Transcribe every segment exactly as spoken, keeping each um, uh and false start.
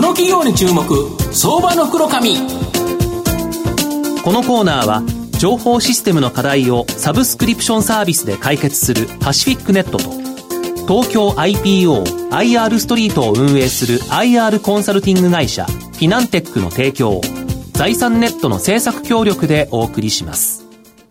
この企業に注目、相場の福の神。 このコーナーは情報システムの課題をサブスクリプションサービスで解決するパシフィックネットと、東京 アイピーオー アイアール ストリートを運営する アイアール コンサルティング会社フィナンテックの提供を財産ネットの制作協力でお送りします。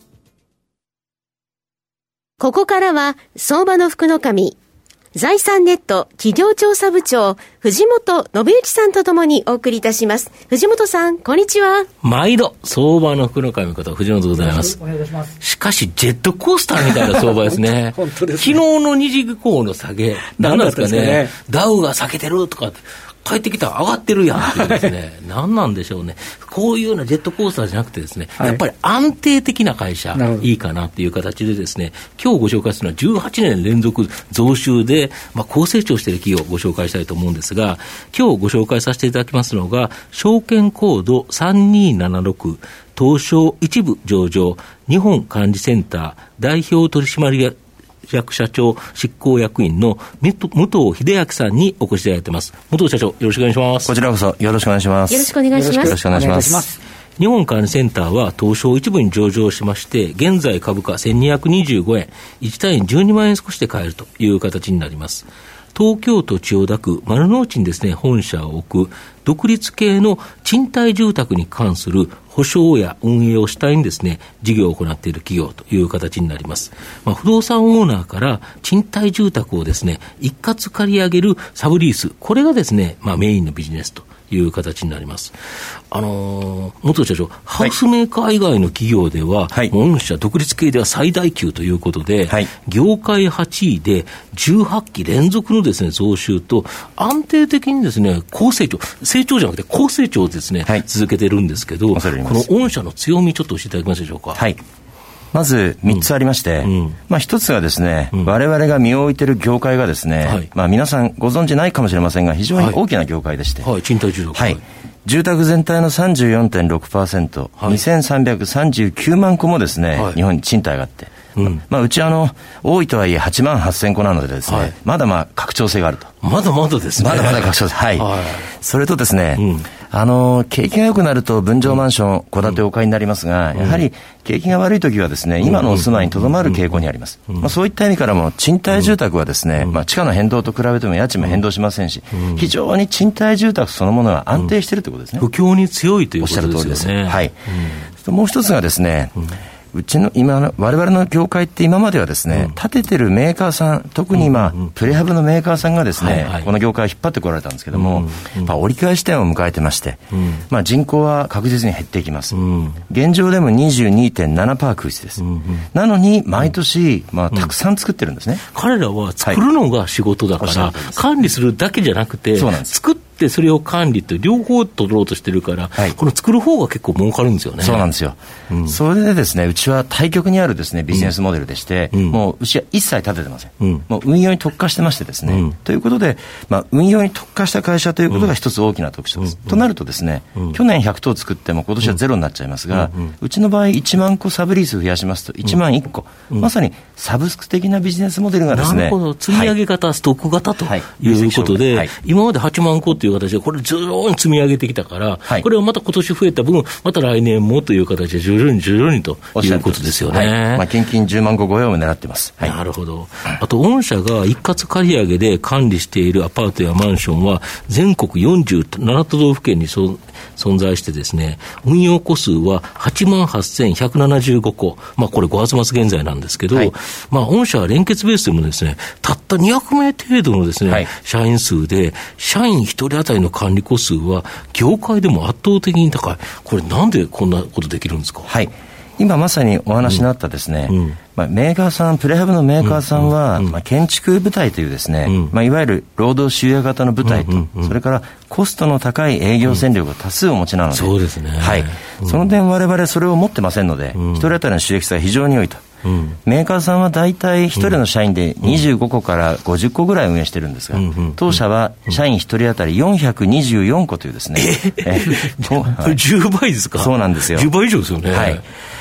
ここからは相場の福の神、財産ネット企業調査部長藤本信之さんとともにお送りいたします。藤本さん、こんにちは。 毎度相場の福の神こと藤本でございます。 お願いします。 しかしジェットコースターみたいな相場ですね。 本当ですね。 昨日の二次降の下げ、何なんですかね。ね、ダウが下げてるとかって帰ってきたら上がってるやんっていうですね、何なんでしょうね。こういうようなジェットコースターじゃなくてですね、はい、やっぱり安定的な会社いいかなっていう形でですね、今日ご紹介するのはじゅうはちねん連続増収で、まあ、高成長している企業をご紹介したいと思うんですが、今日ご紹介させていただきますのが証券コードさんにーななろく東証一部上場日本管理センター代表取締役社長執行役員の武藤秀明さんにお越しいただいています。武藤社長、よろしくお願いします。 こちらこそよろしくお願いします。 よろしくお願いします。 よろしくお願いします。 日本管理センターは東証一部に上場しまして、現在株価せんにひゃくにじゅうごえん、いち単位じゅうにまんえん少しで買えるという形になります。東京都千代田区丸の内にですね、本社を置く独立系の賃貸住宅に関する保証や運営を主体にですね、事業を行っている企業という形になります。まあ、不動産オーナーから賃貸住宅をですね、一括借り上げるサブリース、これがですね、まあ、メインのビジネスという形になります。あのー、元社長、ハウスメーカー以外の企業では、はい、御社独立系では最大級ということで、はい、業界はちいでじゅうはっき連続のですね、増収と安定的にですね、高成長、成長じゃなくて高成長をですね、はい、続けてるんですけど、この御社の強みちょっと教えていただけますでしょうか。 はい。まずみっつありまして、うんうん、まあ、ひとつがですね、うん、我々が身を置いている業界がですね、はい、まあ、皆さんご存知ないかもしれませんが非常に大きな業界でして、 はいはい、賃貸住宅、 はい、住宅全体の さんじゅうよんてんろくパーセント、はい、にせんさんびゃくさんじゅうきゅうまんこもですね、はい、日本に賃貸があって、うん、まあ、うちはあの多いとはいえはちまんはっせんこなのでですね、はい、まだまあ拡張性があると。 まだまだですね。 まだまだ拡張性、はい、はい、それとですね、うん、あの景気が良くなると分譲マンション戸建てをお買いになりますが、うん、やはり景気が悪いときはですね、今のお住まいにとどまる傾向にあります。うん、まあ、そういった意味からも賃貸住宅はですね、うん、まあ、地価の変動と比べても家賃も変動しませんし、うん、非常に賃貸住宅そのものは安定しているということですね。 不況に強いということですよね。 おっしゃる通りですね。はい。うん、もう一つがですね、うん、うちの今我々の業界って今まではですね、うん、建ててるメーカーさん、特に今、うんうん、プレハブのメーカーさんがですね、はいはい、この業界を引っ張ってこられたんですけども、うんうん、まあ、折り返し点を迎えてまして、うん、まあ、人口は確実に減っていきます。うん、現状でも にじゅうにてんななパーセント 空室です。うんうん、なのに毎年、まあ、たくさん作ってるんですね。うん、 彼らは作るのが仕事だから、はい、管理するだけじゃなくて、 そうなんです。 作ってでそれを管理と両方取ろうとしてるから、はい、この作る方が結構儲かるんですよね。 そうなんですよ。うん、それでですね、うちは対極にあるですねビジネスモデルでして、うん、もううちは一切建ててません。うん、もう運用に特化してましてですね、うん、ということで、まあ、運用に特化した会社ということが一つ大きな特徴です。うん、となるとですね、うん、去年ひゃくとう作っても今年はゼロになっちゃいますが、うんうん、うちの場合いちまんこサブリース増やしますといちまんいっこ、うん、まさにサブスク的なビジネスモデルがですね、 なるほど、積み上げ型、はい、ストック型ということで、はい、今まではちまんこという形でこれずっと積み上げてきたから、はい、これをまた今年増えた分また来年もという形で徐々に徐々にということですよね。はい、 まあ、近々じゅうまんこ超えを狙ってます。 はい、なるほど。あと御社が一括借り上げで管理しているアパートやマンションは全国よんじゅうななとどうふけんにそ存在してですね、運用戸数は はちまんはっせんひゃくななじゅうごこ、まあ、これごがつ末現在なんですけど、はい、まあ、御社は連結ベースでもですね、たったにひゃくめい程度のですね、はい、社員数で社員ひとり当たりの管理戸数は業界でも圧倒的に高い。これなんでこんなことできるんですか。 はい、今まさにお話になったですね、うんうん、まあ、メーカーさん、プレハブのメーカーさんは、うんうん、まあ、建築部隊というですね、うん、まあ、いわゆる労働集約型の部隊と、うんうんうん、それからコストの高い営業戦力を多数お持ちなので、 うん、そうですね、 はい、うん、その点我々それを持ってませんので、うん、一人当たりの収益差が非常に良いと。うん、メーカーさんは大体一人の社員でにじゅうごこからごじゅっこぐらい運営してるんですが、うんうん、当社は社員一人当たりよんひゃくにじゅうよんこというですね、 えー、えー、じゅうばいですか。 そうなんですよ。 じゅうばい以上ですよね。 はい。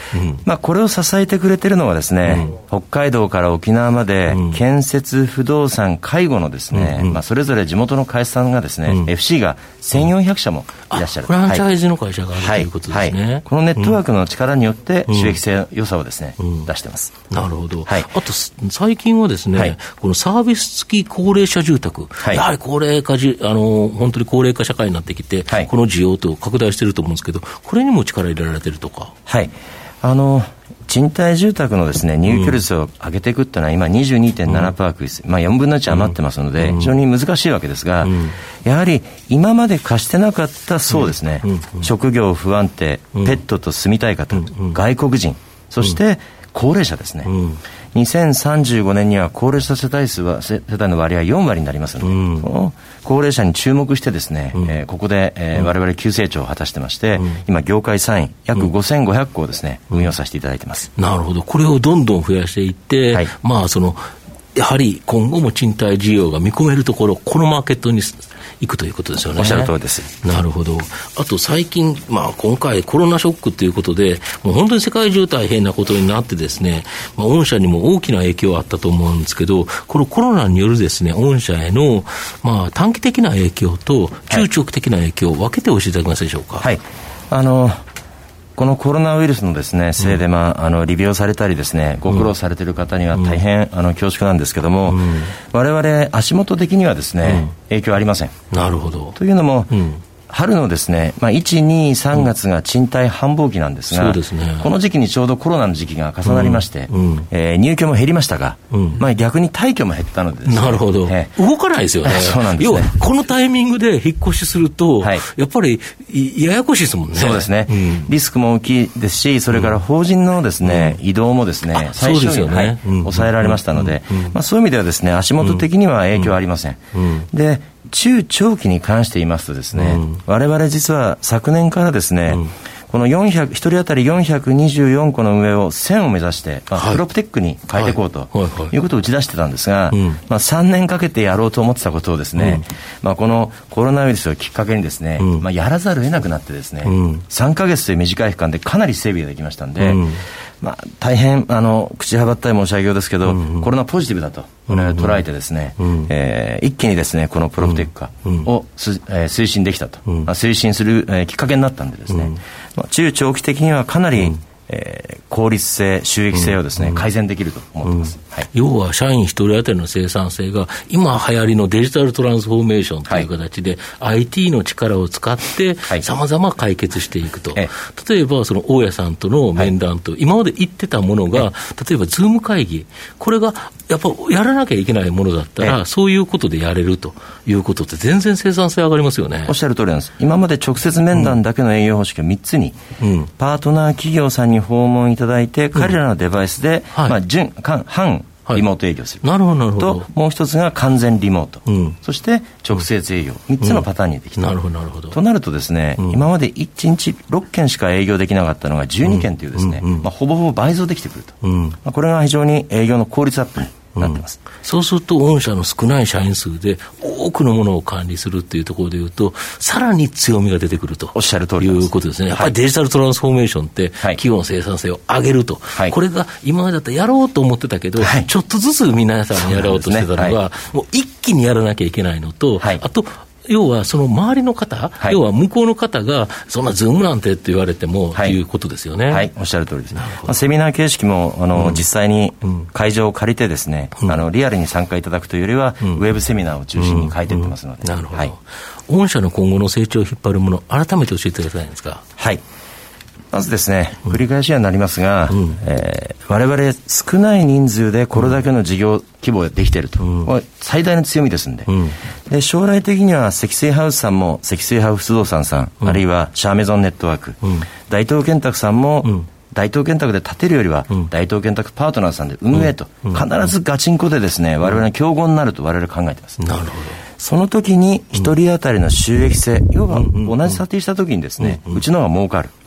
まあ、これを支えてくれているのはですね、うん、北海道から沖縄まで、うん、建設、不動産、介護のですね、うんうん、まあ、それぞれ地元の会社さんがですね、うん、エフシー がせんよんひゃくしゃもいらっしゃる、 フランチャイズの会社がある、はい、ということですね、はいはい、 このネットワークの力によって収益性の良さをですね、うん、出してます。 なるほど、はい、あと最近はですね、はい、このサービス付き高齢者住宅、はい、やはり高齢化じあの本当に高齢化社会になってきて、はい、この需要と拡大していると思うんですけど、これにも力入れられているとか。 はい、あの賃貸住宅のですね、入居率を上げていくというのは今 にじゅうにてんななパーセント です、まあ、よんぶんのいち余ってますので非常に難しいわけですが、やはり今まで貸してなかったそうですね、職業不安定、ペットと住みたい方、外国人、そして高齢者ですね、にせんさんじゅうごねんには高齢者世帯数は世帯の割合よんわりになりますので、うん、この高齢者に注目してですね、うん、えー、ここで、えーうん、我々急成長を果たしてまして、うん、今業界さんい約ごせんごひゃっこをですね、うん、運用させていただいてます。 なるほど、これをどんどん増やしていって、はい、まあそのやはり今後も賃貸需要が見込めるところ、このマーケットに行くということですよね。 おっしゃる通りです。 なるほど。あと最近、まあ、今回コロナショックということでもう本当に世界中大変なことになってですね、まあ、御社にも大きな影響があったと思うんですけど、このコロナによるですね、御社への、まあ、短期的な影響と中長期的な影響を分けて教えていただけますでしょうか。 はい、あのこのコロナウイルスのですね、せいで、まあ、あの、利病されたりですね、ご苦労されている方には大変、うん、あの、恐縮なんですけども、うん、我々、足元的にはですね、うん、影響ありません。 なるほど。 というのも、うん、春のですね、まあ、いち、に、さんがつが賃貸繁忙期なんですが、 そうですね、 この時期にちょうどコロナの時期が重なりまして、うんうん、えー、入居も減りましたが、うん、まあ、逆に退去も減ったのでですね。 なるほど、えー、動かないですよね。 そうなんですね。 要はこのタイミングで引っ越しすると、はい、やっぱりややこしいですもんね。 そうですね、うん、リスクも大きいですし、それから法人のですね、うん、移動もですね、最小限に、はい、抑えられましたので、うんうん、まあ、そういう意味ではですね、足元的には影響ありません、うんうん、で中長期に関して言いますとですね、うん、我々実は昨年からですね、うん、このよんひゃく、ひとり当たりよんひゃくにじゅうよんこの上をせんを目指して、まあ、はい、プロプテックに変えていこうということを打ち出してたんですが、まあ、さんねんかけてやろうと思ってたことをですね、うん、まあ、このコロナウイルスをきっかけにですね、うん、まあ、やらざるを得なくなってですね、うん、さんかげつという短い期間でかなり整備ができましたんで、うん、まあ、大変あの口はばったい申し上げようですけど、うんうん、コロナポジティブだと我々捉えてですね、うんうん、えー、一気にですねこのプロプテック化を、うん、えー、推進できたと、うん、まあ、推進する、えー、きっかけになったんでですね、うん、まあ、中長期的にはかなり、うん、えー、効率性、収益性をですね、うん、改善できると思ってます、 うん、はい、要は社員一人当たりの生産性が今流行りのデジタルトランスフォーメーションという形で、はい、アイティー の力を使ってさまざま解決していくと、はい、例えばその大家さんとの面談と、はい、今まで言ってたものが、はい、例えばズーム会議、これがやっぱやらなきゃいけないものだったら、はい、そういうことでやれるということって全然生産性上がりますよね。 おっしゃる通りなんです。今まで直接面談だけの営業方式がみっつに、うん、パートナー企業さんに訪問いただいて、うん、彼らのデバイスで、はい、まあ、準半半リモート営業する、 はい、なるほどなるほど。 ともう一つが完全リモート、うん、そして直接営業、みっつのパターンにできた、うん、 なるほどなるほど。 となるとですね、うん、今までいちにちろっけんしか営業できなかったのがじゅうにけんというですね、うんうんうん、まあ、ほぼほぼ倍増できてくると、うん、まあ、これが非常に営業の効率アップになってます、うん、 そうすると御社の少ない社員数で多くのものを管理するというところでいうと、さらに強みが出てくるとおっしゃる通りです。 いうことですね。やっぱりデジタルトランスフォーメーションって企業の生産性を上げると、はい、これが今までだったらやろうと思ってたけど、はい、ちょっとずつ皆さんにやろうとしてたのが、ね、はい、もう一気にやらなきゃいけないのと、はい、あと要はその周りの方、はい、要は向こうの方がそんなズームなんてって言われても、はい、ということですよね。 はい、おっしゃる通りです。まあ、セミナー形式もあの、うん、実際に会場を借りてですね、うん、あのリアルに参加いただくというよりは、うん、ウェブセミナーを中心に書いていってますので、 うんうん、なるほど、はい、御社の今後の成長を引っ張るもの、改めて教えてくださいんですか。 はい、まずですね、繰り返しにはなりますが、うん、えー、我々少ない人数でこれだけの事業規模ができていると、うん、最大の強みですんで、うん、で将来的には積水ハウスさんも積水ハウス不動産さん、うん、あるいはシャーメゾンネットワーク、うん、大東建託さんも、うん、大東建託で建てるよりは、うん、大東建託パートナーさんで運営と、うん、必ずガチンコでですね、我々の競合になると我々考えてます。 なるほど。 その時に一人当たりの収益性、うん、要は同じ査定した時にですね、うん、うちの方が儲かる、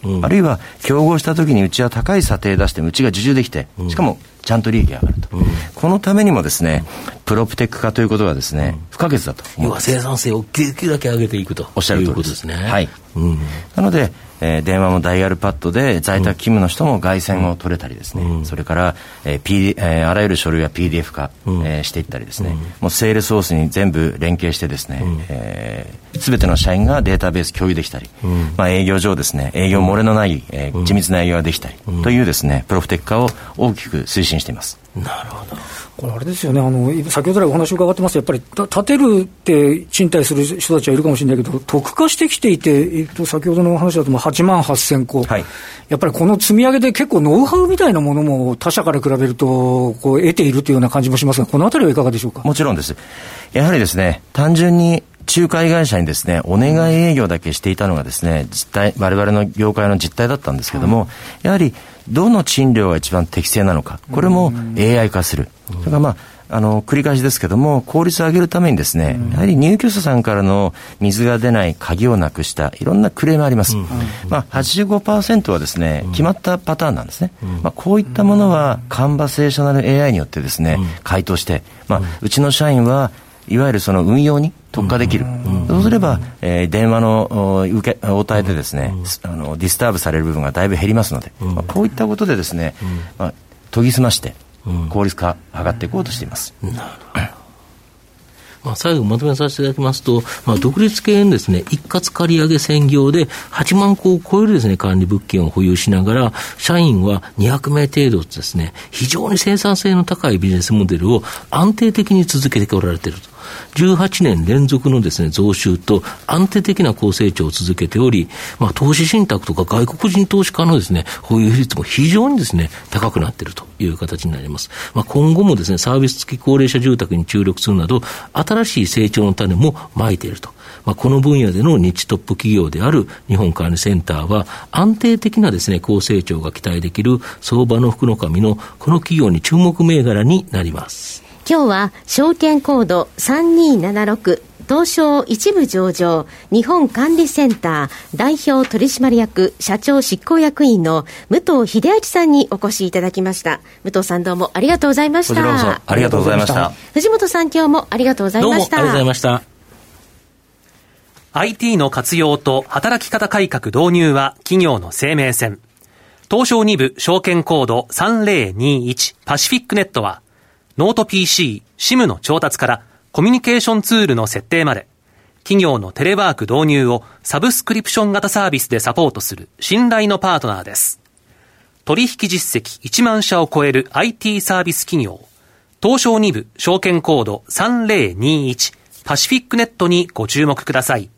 うん、あるいは競合したときにうちは高い査定出してうちが受注できて、しかもちゃんと利益が上がると、うん、このためにもですね、プロプテック化ということがですね、うん、不可欠だと思います。 要は生産性をできるだけ上げていくとおっしゃるとおりです。 いうことですね。 はい、うん、なので、えー、電話もダイヤルパッドで在宅勤務の人も外線を取れたりですね、うん、それから、えー P えー、あらゆる書類は ピーディーエフ 化、うんえー、していったりですね、うん、もうセールソースに全部連携してですね、うんえー、全ての社員がデータベース共有できたり、うんまあ、営業上ですね、営業漏れのない、えー、緻密な営業ができたり、うん、というですねプロフテック化を大きく推進しています。 なるほど。 これあれですよね、あの先ほど来お話を伺ってますと、やっぱり建てるって賃貸する人たちはいるかもしれないけど、特化してきていて、えっと、先ほどの話だとはちまんはっせんこ、はい、やっぱりこの積み上げで結構ノウハウみたいなものも他社から比べるとこう得ているというような感じもしますが、このあたりはいかがでしょうか。 もちろんです。やはりですね、単純に仲介会社にですねお願い営業だけしていたのがですね実態、我々の業界の実態だったんですけども、うん、やはりどの賃料が一番適正なのか、これも エーアイ 化する、うん、それからまああの繰り返しですけども効率を上げるためにですね、うん、やはり入居者さんからの水が出ない鍵をなくしたいろんなクレームあります、うんまあ、はちじゅうごパーセント はですね、うん、決まったパターンなんですね、うんまあ、こういったものはカンバセーショナル エーアイ によってですね、うん、回答して、まあ、うちの社員はいわゆるその運用に特化できる、うん、そうすれば、えー、電話の受け応対でですね、うん、あのディスターブされる部分がだいぶ減りますので、うんまあ、こういったことでですね、うんまあ、研ぎ澄まして効率化上がっていこうとしています。 なるほど。まあ、最後まとめさせていただきますと、まあ、独立系のですね、一括借り上げ専業ではちまんこを超えるですね、管理物件を保有しながら、社員はにひゃくめい程度とですね、非常に生産性の高いビジネスモデルを安定的に続けておられていると。じゅうはちねん連続のですね、増収と安定的な高成長を続けており、まあ、投資信託とか外国人投資家のですね、保有比率も非常にですね、高くなっているという形になります。まあ、今後もですね、サービス付き高齢者住宅に注力するなど、新しい成長の種もまいていると。まあ、この分野での日トップ企業である日本管理センターは、安定的なですね、高成長が期待できる相場の福の神のこの企業に注目銘柄になります。 今日は証券コードさんにーななろく東証一部上場日本管理センター代表取締役社長執行役員の武藤秀明さんにお越しいただきました。武藤さんどうもありがとうございました。 こちらこそありがとうございました。 藤本さん今日もありがとうございました。 どうもありがとうございました。 アイティー の活用と働き方改革導入は企業の生命線。東証に部証券コードさんぜろにいちパシフィックネットはノート ピーシー、SIM の調達からコミュニケーションツールの設定まで、企業のテレワーク導入をサブスクリプション型サービスでサポートする信頼のパートナーです。取引実績いちまんしゃを超える アイティー サービス企業、東証に部証券コードさんぜろにいちパシフィックネットにご注目ください。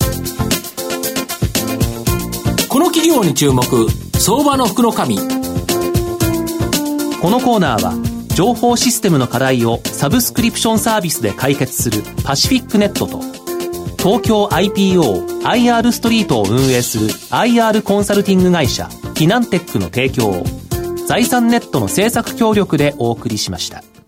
この企業に注目、相場の福の神。 このコーナーは情報システムの課題をサブスクリプションサービスで解決するパシフィックネットと、東京 アイピーオー アイアール ストリートを運営する アイアール コンサルティング会社フィナンテックの提供を財産ネットの制作協力でお送りしました。